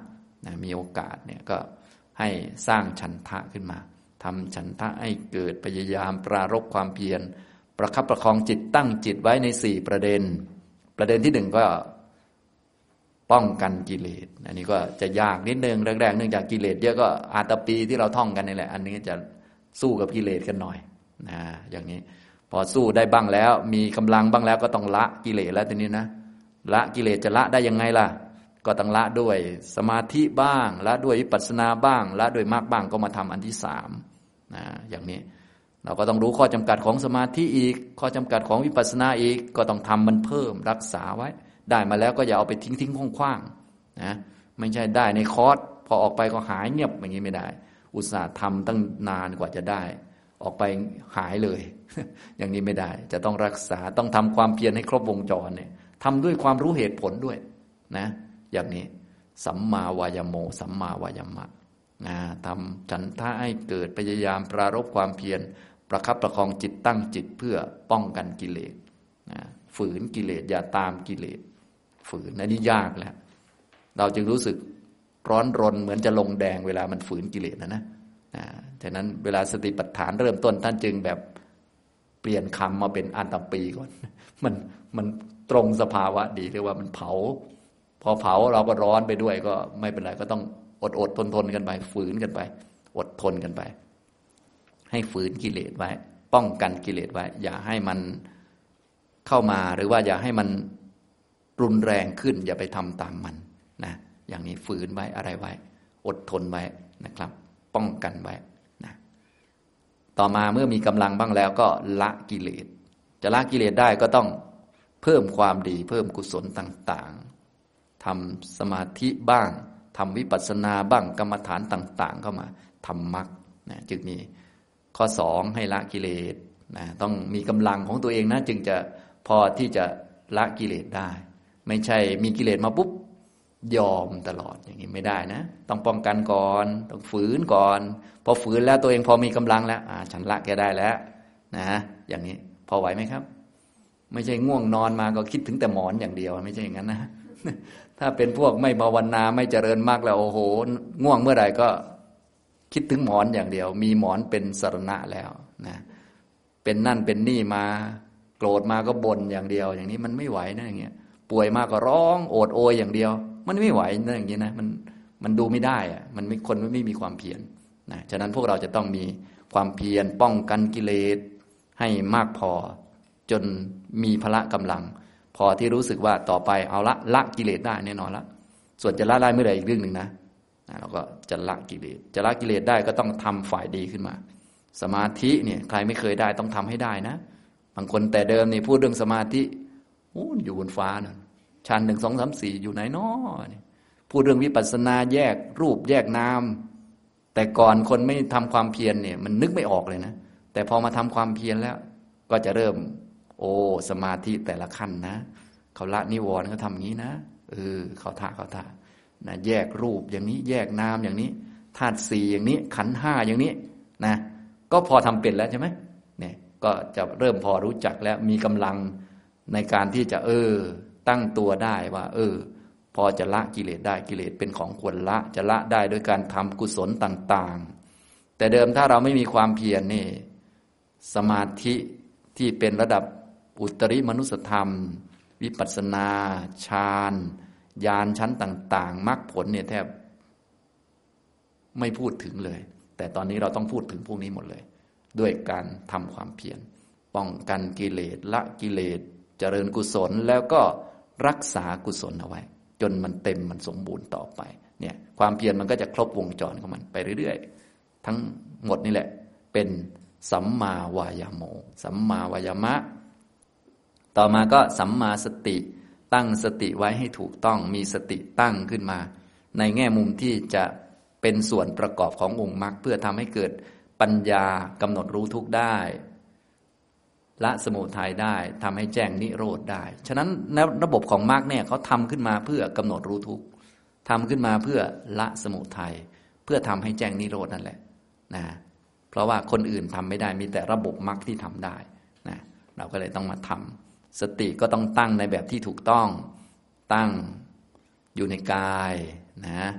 นะมีโอกาสเนี่ยก็ให้สร้างฉันทะขึ้นมาทำฉันทะให้เกิดพยายามปรารภความเพียรประคับประคองจิตตั้งจิตไว้ใน4ประเด็นที่1ก็ป้องกันกิเลสอันนี้ก็จะยากนิดนึงแรกๆเนื่องจากกิเลสเยอะก็อาตปีที่เราท่องกันนี่แหละอันนี้จะสู้กับกิเลสกันหน่อยนะอย่างนี้พอสู้ได้บ้างแล้วมีกำลังบ้างแล้วก็ต้องละกิเลสแล้วทีนี้นะละกิเลสจะละได้ยังไงล่ะก็ต้องละด้วยสมาธิบ้างละด้วยวิปัสสนาบ้างละด้วยมรรคบ้างก็มาทำอันที่3นะอย่างนี้เราก็ต้องรู้ข้อจำกัดของสมาธิอีกข้อจำกัดของวิปัสสนาอีกก็ต้องทำมันเพิ่มรักษาไว้ได้มาแล้วก็อย่าเอาไปทิ้งขว้างๆนะไม่ใช่ได้ในคอร์สพอออกไปก็หายเงียบอย่างนี้ไม่ได้อุตส่าห์ทำตั้งนานกว่าจะได้ออกไปหายเลย อย่างนี้ไม่ได้จะต้องรักษาต้องทำความเพียรให้ครบวงจรเนี่ยทำด้วยความรู้เหตุผลด้วยนะอย่างนี้สัมมาวายโมสัมมาวายามะนะทำฉันทะให้เกิดพยายามปรารภความเพียรประคับประคองจิตตั้งจิตเพื่อป้องกันกิเลสนะฝืนกิเลสอย่าตามกิเลสฝืนอันนี้ยากแล้วเราจึงรู้สึกร้อนรนเหมือนจะลงแดงเวลามันฝืนกิเลสนะฉะนั้นเวลาสติปัฏฐานเริ่มต้นท่านจึงแบบเปลี่ยนคำมาเป็นอันตปีก่อนมันตรงสภาวะดีเรียกว่ามันเผาพอเผาเราก็ร้อนไปด้วยก็ไม่เป็นไรก็ต้องอดทนกันไปฝืนกันไปอดทนกันไปให้ฝืนกิเลสไว้ป้องกันกิเลสไว้อย่าให้มันเข้ามาหรือว่าอย่าให้มันรุนแรงขึ้นอย่าไปทำตามมันนะอย่างนี้ฝืนไว้อะไรไว้อดทนไว้นะครับป้องกันไว้นะต่อมาเมื่อมีกำลังบ้างแล้วก็ละกิเลสจะละกิเลสได้ก็ต้องเพิ่มความดีเพิ่มกุศลต่างๆทำสมาธิบ้างทำวิปัสสนาบ้างกรรมฐานต่างๆเข้ามาทำมรรคนะจึงมีข้อ2ให้ละกิเลสนะต้องมีกำลังของตัวเองนะจึงจะพอที่จะละกิเลสได้ไม่ใช่มีกิเลสมาปุ๊บยอมตลอดอย่างนี้ไม่ได้นะต้องป้องกันก่อนต้องฝืนก่อนพอฝืนแล้วตัวเองพอมีกำลังแล้วฉันละแกได้แล้วนะอย่างนี้พอไหวไหมครับไม่ใช่ง่วงนอนมาก็คิดถึงแต่หมอนอย่างเดียวไม่ใช่อย่างนั้นนะถ้าเป็นพวกไม่ภาวนาไม่เจริญมากแล้วโอ้โหง่วงเมื่อไหร่ก็คิดถึงหมอนอย่างเดียวมีหมอนเป็นสรณะแล้วนะเป็นนั่นเป็นนี่มาโกรธมาก็บ่นอย่างเดียวอย่างนี้มันไม่ไหวนะอย่างเงี้ยป่วยมากก็ร้องโอดโอยอย่างเดียวมันไม่ไหวนะอย่างนี้นะมันดูไม่ได้อะมันไม่คนไม่มีความเพียรนะฉะนั้นพวกเราจะต้องมีความเพียรป้องกันกิเลสให้มากพอจนมีพละกำลังพอที่รู้สึกว่าต่อไปเอาละกิเลสได้แน่นอนละส่วนจะละได้เมื่อใดอีกเรื่องหนึ่งนะเราก็จะละกิเลสจะละกิเลสได้ก็ต้องทำฝ่ายดีขึ้นมาสมาธิเนี่ยใครไม่เคยได้ต้องทำให้ได้นะบางคนแต่เดิมนี่พูดเรื่องสมาธิอยู่บนฟ้านั่นชั้น1 2 3 4อยู่ไหนน้อพูดเรื่องวิปัสสนาแยกรูปแยกนามแต่ก่อนคนไม่ทำความเพียรเนี่ยมันนึกไม่ออกเลยนะแต่พอมาทำความเพียรแล้วก็จะเริ่มสมาธิแต่ละขั้นนะเขาละนิวรณ์เขาทำอย่างนี้นะเขาท่านะแยกรูปอย่างนี้แยกนามอย่างนี้ธาตุ4อย่างนี้ขันธ์5อย่างนี้นะก็พอทำเป็นแล้วใช่ไหมเนี่ยก็จะเริ่มพอรู้จักแล้วมีกำลังในการที่จะตั้งตัวได้ว่าพอจะละกิเลสได้กิเลสเป็นของควรละจะละได้ด้วยการทำกุศลต่างๆแต่เดิมถ้าเราไม่มีความเพียรนี่สมาธิที่เป็นระดับอุตริมนุสธรรมวิปัสสนาฌานญาณชั้นต่างๆมรรคผลเนี่ยแทบไม่พูดถึงเลยแต่ตอนนี้เราต้องพูดถึงพวกนี้หมดเลยด้วยการทำความเพียรป้องกันกิเลสละกิเลสเจริญกุศลแล้วก็รักษากุศลเอาไว้จนมันเต็มมันสมบูรณ์ต่อไปเนี่ยความเพียรมันก็จะครบวงจรของมันไปเรื่อยๆทั้งหมดนี่แหละเป็นสัมมาวายโมสัมมาวายามะต่อมาก็สัมมาสติตั้งสติไว้ให้ถูกต้องมีสติตั้งขึ้นมาในแง่มุมที่จะเป็นส่วนประกอบขององค์มรรคเพื่อทำให้เกิดปัญญากำหนดรู้ทุกข์ได้ละสมุทัยได้ทำให้แจ้งนิโรธได้ฉะนั้นในระบบของมรรคเนี่ยเขาทำขึ้นมาเพื่อกำหนดรู้ทุกข์ทำขึ้นมาเพื่อละสมุทัยเพื่อทำให้แจ้งนิโรธนั่นแหละนะเพราะว่าคนอื่นทำไม่ได้มีแต่ระบบมรรคที่ทำได้นะเราก็เลยต้องมาทำสติก็ต้องตั้งในแบบที่ถูกต้องตั้งอยู่ในกายนะ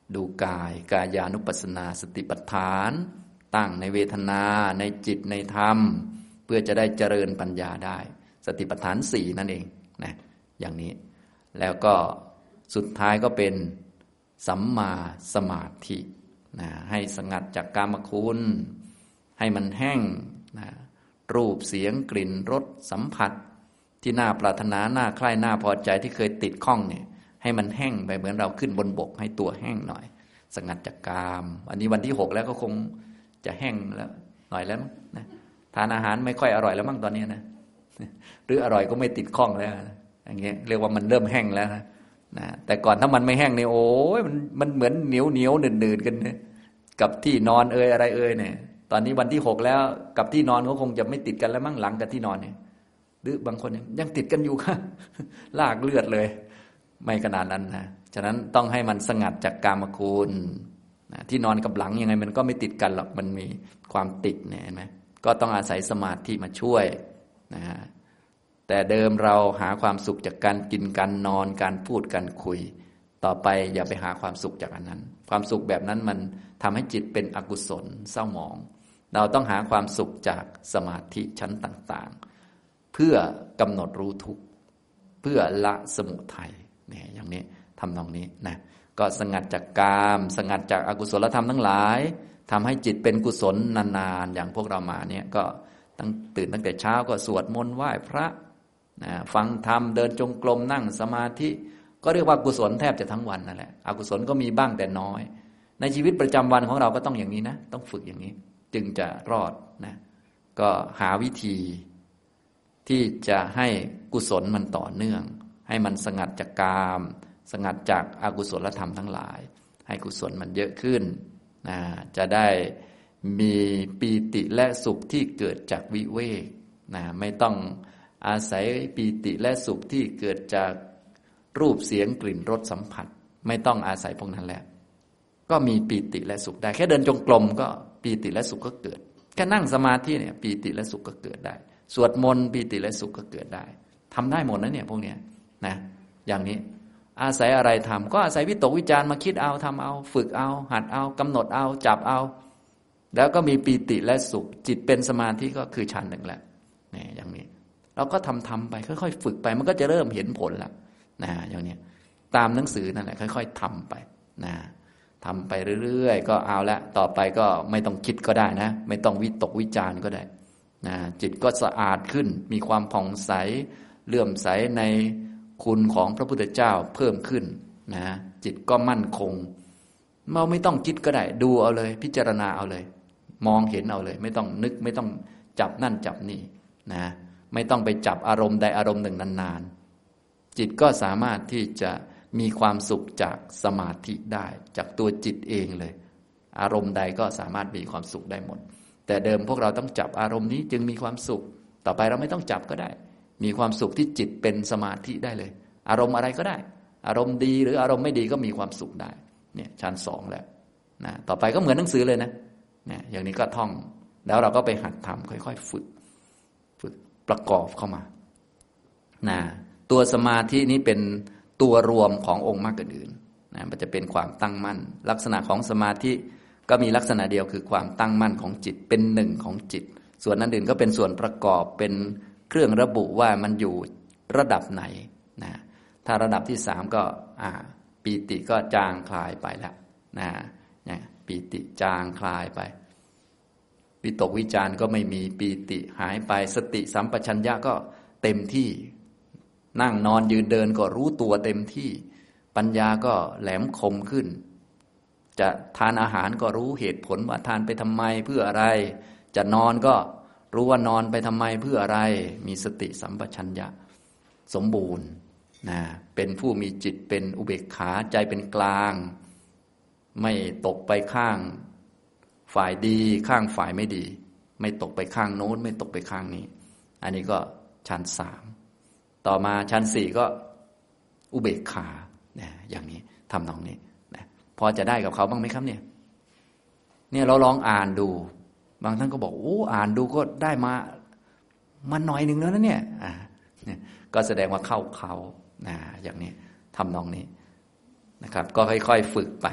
ดูกายกายานุปัสสนาสติปัฏฐานตั้งในเวทนาในจิตในธรรมเพื่อจะได้เจริญปัญญาได้สติปัฏฐานสี่นั่นเองนะอย่างนี้แล้วก็สุดท้ายก็เป็นสัมมาสมาธินะให้สงัดจากกามคุณให้มันแห้งนะรูปเสียงกลิ่นรสสัมผัสที่น่าปรารถนาน่าใคร่น่าพอใจที่เคยติดข้องเนี่ยให้มันแห้งไปเหมือนเราขึ้นบนบกให้ตัวแห้งหน่อยสงัดจากกามอันนี้วันที่6แล้วก็คงจะแห้งแล้วหน่อยแล้วนะทานอาหารไม่ค่อยอร่อยแล้วมั้งตอนนี้นะหรืออร่อยก็ไม่ติดข้องแล้วอย่างเงี้ยเรียกว่ามันเริ่มแห้งแล้วนะแต่ก่อนถ้ามันไม่แห้งเนี่ยโอ้ยมันเหมือนเหนียวหนืดๆกันนะกับที่นอนอะไรเนี่ยตอนนี้วันที่6แล้วกับที่นอนเขาคงจะไม่ติดกันแล้วมั้งหลังกับที่นอนเนี่ยหรือบางคนยังติดกันอยู่ค่ะลากเลือดเลยไม่ขนาดนั้นนะฉะนั้นต้องให้มันสงัดจากกามคุณที่นอนกับหลังยังไงมันก็ไม่ติดกันหรอกมันมีความติดเนี่ยเห็นไหมก็ต้องอาศัยสมาธิมาช่วยนะแต่เดิมเราหาความสุขจากการกินการนอนการพูดการคุยต่อไปอย่าไปหาความสุขจากอันนั้นความสุขแบบนั้นมันทำให้จิตเป็นอกุศลเศร้าหมองเราต้องหาความสุขจากสมาธิชั้นต่างๆเพื่อกำหนดรู้ทุกข์เพื่อละสมุทัยเนี่ยอย่างนี้ทำตรงนี้นะก็สงัดจากกามสงัดจากอกุศลธรรมทั้งหลายทำให้จิตเป็นกุศลนานๆอย่างพวกเรามาเนี่ยก็ตื่นตั้งแต่เช้าก็สวดมนต์ไหว้พระฟังธรรมเดินจงกรมนั่งสมาธิก็เรียกว่ากุศลแทบจะทั้งวันนั่นแหละอกุศลก็มีบ้างแต่น้อยในชีวิตประจำวันของเราก็ต้องอย่างนี้นะต้องฝึกอย่างนี้จึงจะรอดนะก็หาวิธีที่จะให้กุศลมันต่อเนื่องให้มันสงัดจากกามสงัดจากอกุศลธรรมทั้งหลายให้กุศลมันเยอะขึ้นจะได้มีปีติและสุขที่เกิดจากวิเวกไม่ต้องอาศัยปีติและสุขที่เกิดจากรูปเสียงกลิ่นรสสัมผัสไม่ต้องอาศัยพวกนั้นแล้วก็มีปีติและสุขได้แค่เดินจงกรมก็ปีติและสุขก็เกิดแค่นั่งสมาธิเนี่ยปีติและสุขก็เกิดได้สวดมนต์ปีติและสุขก็เกิดได้ทำได้หมดนะเนี่ยพวกเนี้ยนะอย่างนี้อาศัยอะไรทำก็อาศัยวิตกวิจารมาคิดเอาทำเอาฝึกเอาหัดเอากำหนดเอาจับเอาแล้วก็มีปีติและสุขจิตเป็นสมาธิก็คือฌานหนึ่งแล้วนี่อย่างนี้เราก็ทำไปค่อยๆฝึกไปมันก็จะเริ่มเห็นผลแล้วอย่างนี้ตามหนังสือนั่นแหละค่อยๆทำไปทำไปเรื่อยๆก็เอาละต่อไปก็ไม่ต้องคิดก็ได้นะไม่ต้องวิตกวิจารก็ได้จิตก็สะอาดขึ้นมีความผ่องใสเลื่อมใสในคุณของพระพุทธเจ้าเพิ่มขึ้นจิตก็มั่นคงเราไม่ต้องคิดก็ได้ดูเอาเลยพิจารณาเอาเลยมองเห็นเอาเลยไม่ต้องนึกไม่ต้องจับนั่นจับนี่ไม่ต้องไปจับอารมณ์ใดอารมณ์หนึ่งนานๆจิตก็สามารถที่จะมีความสุขจากสมาธิได้จากตัวจิตเองเลยอารมณ์ใดก็สามารถมีความสุขได้หมดแต่เดิมพวกเราต้องจับอารมณ์นี้จึงมีความสุขต่อไปเราไม่ต้องจับก็ได้มีความสุขที่จิตเป็นสมาธิได้เลยอารมณ์อะไรก็ได้อารมณ์ดีหรืออารมณ์ไม่ดีก็มีความสุขได้เนี่ยชั้น2แล้วต่อไปก็เหมือนหนังสือเลยนะอย่างนี้ก็ท่องแล้วเราก็ไปหัดทำค่อยๆฝึกประกอบเข้ามาตัวสมาธินี้เป็นตัวรวมขององค์มรรคอื่นมันจะเป็นความตั้งมั่นลักษณะของสมาธิก็มีลักษณะเดียวคือความตั้งมั่นของจิตเป็นหนึ่งของจิตส่วนนั้นอื่นก็เป็นส่วนประกอบเป็นเครื่องระบุว่ามันอยู่ระดับไหนถ้าระดับที่3ก็ปีติก็จางคลายไปแล้วปีติจางคลายไปวิตกวิจารก็ไม่มีปีติหายไปสติสัมปชัญญะก็เต็มที่นั่งนอนยืนเดินก็รู้ตัวเต็มที่ปัญญาก็แหลมคมขึ้นจะทานอาหารก็รู้เหตุผลว่าทานไปทำไมเพื่ออะไรจะนอนก็รู้ว่านอนไปทำไมเพื่ออะไรมีสติสัมปชัญญะสมบูรณ์เป็นผู้มีจิตเป็นอุเบกขาใจเป็นกลางไม่ตกไปข้างฝ่ายดีข้างฝ่ายไม่ดีไม่ตกไปข้างโน้นไม่ตกไปข้างนี้อันนี้ก็ชั้น3ต่อมาชั้น4ก็อุเบกขาอย่างนี้ทำนองนี้พอจะได้กับเขาบ้างไหมครับเนี่ยเราลองอ่านดูบางท่านก็บอกอ่านดูก็ได้มาหน่อยนึงแล้วนะเนี่ยก็แสดงว่าเข้าเขาอย่างนี้ทำนองนี้นะครับก็ค่อยๆฝึกไป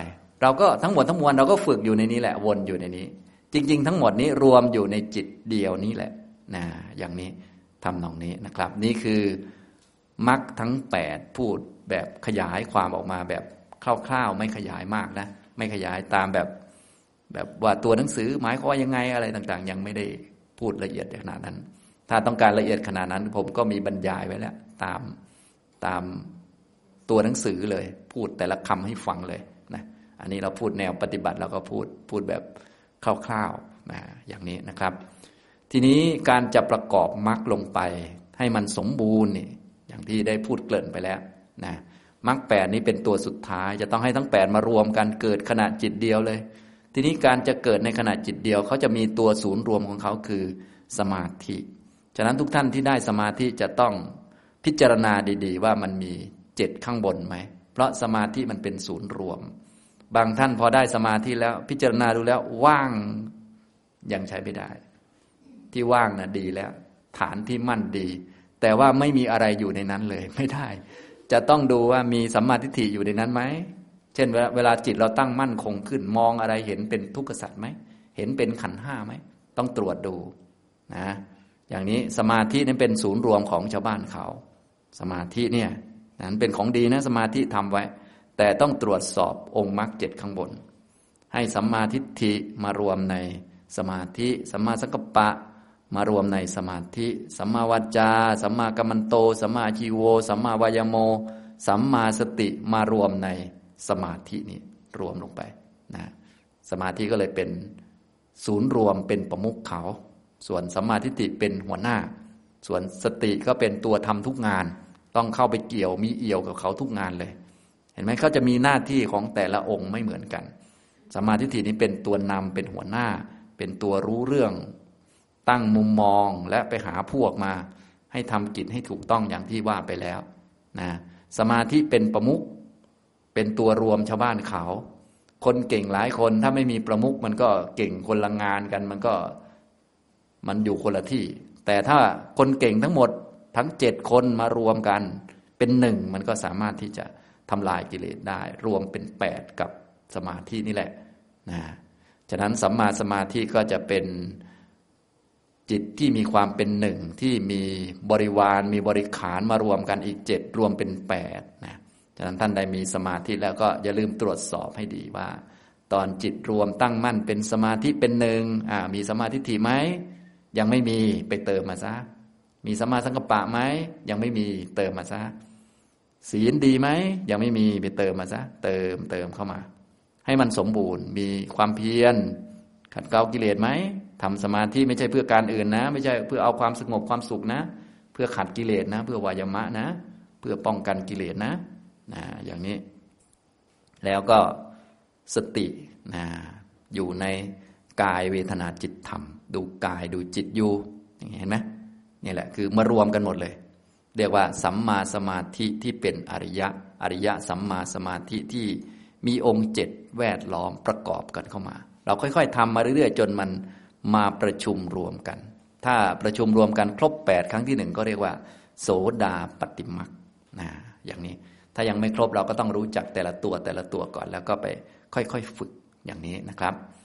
เราก็ทั้งหมดทั้งมวลเราก็ฝึกอยู่ในนี้แหละวนอยู่ในนี้จริงๆทั้งหมดนี้รวมอยู่ในจิตเดียวนี้แหละนะอย่างนี้ทำนองนี้นะครับนี่คือมรรคทั้ง8พูดแบบขยายความออกมาแบบคร่าวๆไม่ขยายมากนะไม่ขยายตามแบบว่าตัวหนังสือหมายความว่ายังไงอะไรต่างๆยังไม่ได้พูดละเอียดขนาดนั้นถ้าต้องการละเอียดขนาดนั้นผมก็มีบรรยายไว้แล้วตามตัวหนังสือเลยพูดแต่ละคำให้ฟังเลยนะอันนี้เราพูดแนวปฏิบัติเราก็พูดแบบคร่าวๆนะอย่างนี้นะครับทีนี้การจะประกอบมรรคลงไปให้มันสมบูรณ์นี่อย่างที่ได้พูดเกริ่นไปแล้วนะมรรค8นี้เป็นตัวสุดท้ายจะต้องให้ทั้ง8มารวมกันเกิดขณะจิตเดียวเลยทีนี้การจะเกิดในขณะจิตเดียวเขาจะมีตัวศูนย์รวมของเขาคือสมาธิฉะนั้นทุกท่านที่ได้สมาธิจะต้องพิจารณาดีๆว่ามันมี7ข้างบนไหมเพราะสมาธิมันเป็นศูนย์รวมบางท่านพอได้สมาธิแล้วพิจารณาดูแล้วว่างยังใช้ไม่ได้ที่ว่างนะดีแล้วฐานที่มั่นดีแต่ว่าไม่มีอะไรอยู่ในนั้นเลยไม่ได้จะต้องดูว่ามีสัมมาทิฏฐิอยู่ในนั้นไหมเช่นเวลาจิตเราตั้งมั่นคงขึ้นมองอะไรเห็นเป็นทุกขสัจไหมเห็นเป็นขันธ์ห้าไหมต้องตรวจดูนะอย่างนี้สมาธินั้นเป็นศูนย์รวมของชาวบ้านเขาสมาธิเนี่ยนั้นเป็นของดีนะสมาธิทำไว้แต่ต้องตรวจสอบองค์มรรค7ข้างบนให้สัมมาทิฏฐิมารวมในสมาธิสัมมาสังกัปปะมารวมในสมาธิสัมมาวาจาสัมมากัมมันโตสัมมาอาชีโวสัมมาวายโมสัมมาสติมารวมในสมาธินี้รวมลงไปนะสมาธิก็เลยเป็นศูนย์รวมเป็นประมุขเขาส่วนสัมมาทิฏฐิเป็นหัวหน้าส่วนสติก็เป็นตัวทำทุกงานต้องเข้าไปเกี่ยวมีเอี่ยวกับเขาทุกงานเลยเห็นไหมเขาจะมีหน้าที่ของแต่ละองค์ไม่เหมือนกันสัมมาทิฏฐินี้เป็นตัวนำเป็นหัวหน้าเป็นตัวรู้เรื่องตั้งมุมมองและไปหาพวกมาให้ทำกิจให้ถูกต้องอย่างที่ว่าไปแล้วนะสมาธิเป็นประมุขเป็นตัวรวมชาวบ้านเขาคนเก่งหลายคนถ้าไม่มีประมุขมันก็เก่งคนละงานกันมันอยู่คนละที่แต่ถ้าคนเก่งทั้งหมดทั้ง7คนมารวมกันเป็น1มันก็สามารถที่จะทำลายกิเลสได้รวมเป็น8กับสมาธินี่แหละนะฉะนั้นสัมมาสมาธิก็จะเป็นจิตที่มีความเป็น1ที่มีบริวารมีบริขารมารวมกันอีก7รวมเป็น8นะฉะนั้นท่านใดมีสมาธิแล้วก็อย่าลืมตรวจสอบให้ดีว่าตอนจิตรวมตั้งมั่นเป็นสมาธิเป็น1มีสมาธิถี่ไหมยังไม่มีไปเติมมาซะมีสัมมาสังกัปปะไหมยังไม่มีเติมมาซะศีลดีไหมยังไม่มีไปเติมมาซะเติมเข้ามาให้มันสมบูรณ์มีความเพียรขัดเกลากิเลสไหมทำสมาธิไม่ใช่เพื่อการอื่นนะไม่ใช่เพื่อเอาความสงบความสุขนะเพื่อขัดกิเลสนะเพื่อวายามะนะเพื่อป้องกันกิเลสนะอย่างนี้แล้วก็สติอยู่ในกายเวทนาจิตธรรมดูกายดูจิตอยู่เห็นไหมนี่แหละคือมารวมกันหมดเลยเรียกว่าสัมมาสมาธิที่เป็นอริยะสัมมาสมาธิที่มีองค์7แวดล้อมประกอบกันเข้ามาเราค่อยๆทำมาเรื่อยๆจนมันมาประชุมรวมกันถ้าประชุมรวมกันครบ8ครั้งที่1ก็เรียกว่าโสดาปัตติมรรคอย่างนี้ถ้ายังไม่ครบเราก็ต้องรู้จักแต่ละตัวก่อนแล้วก็ไปค่อยๆฝึกอย่างนี้นะครับ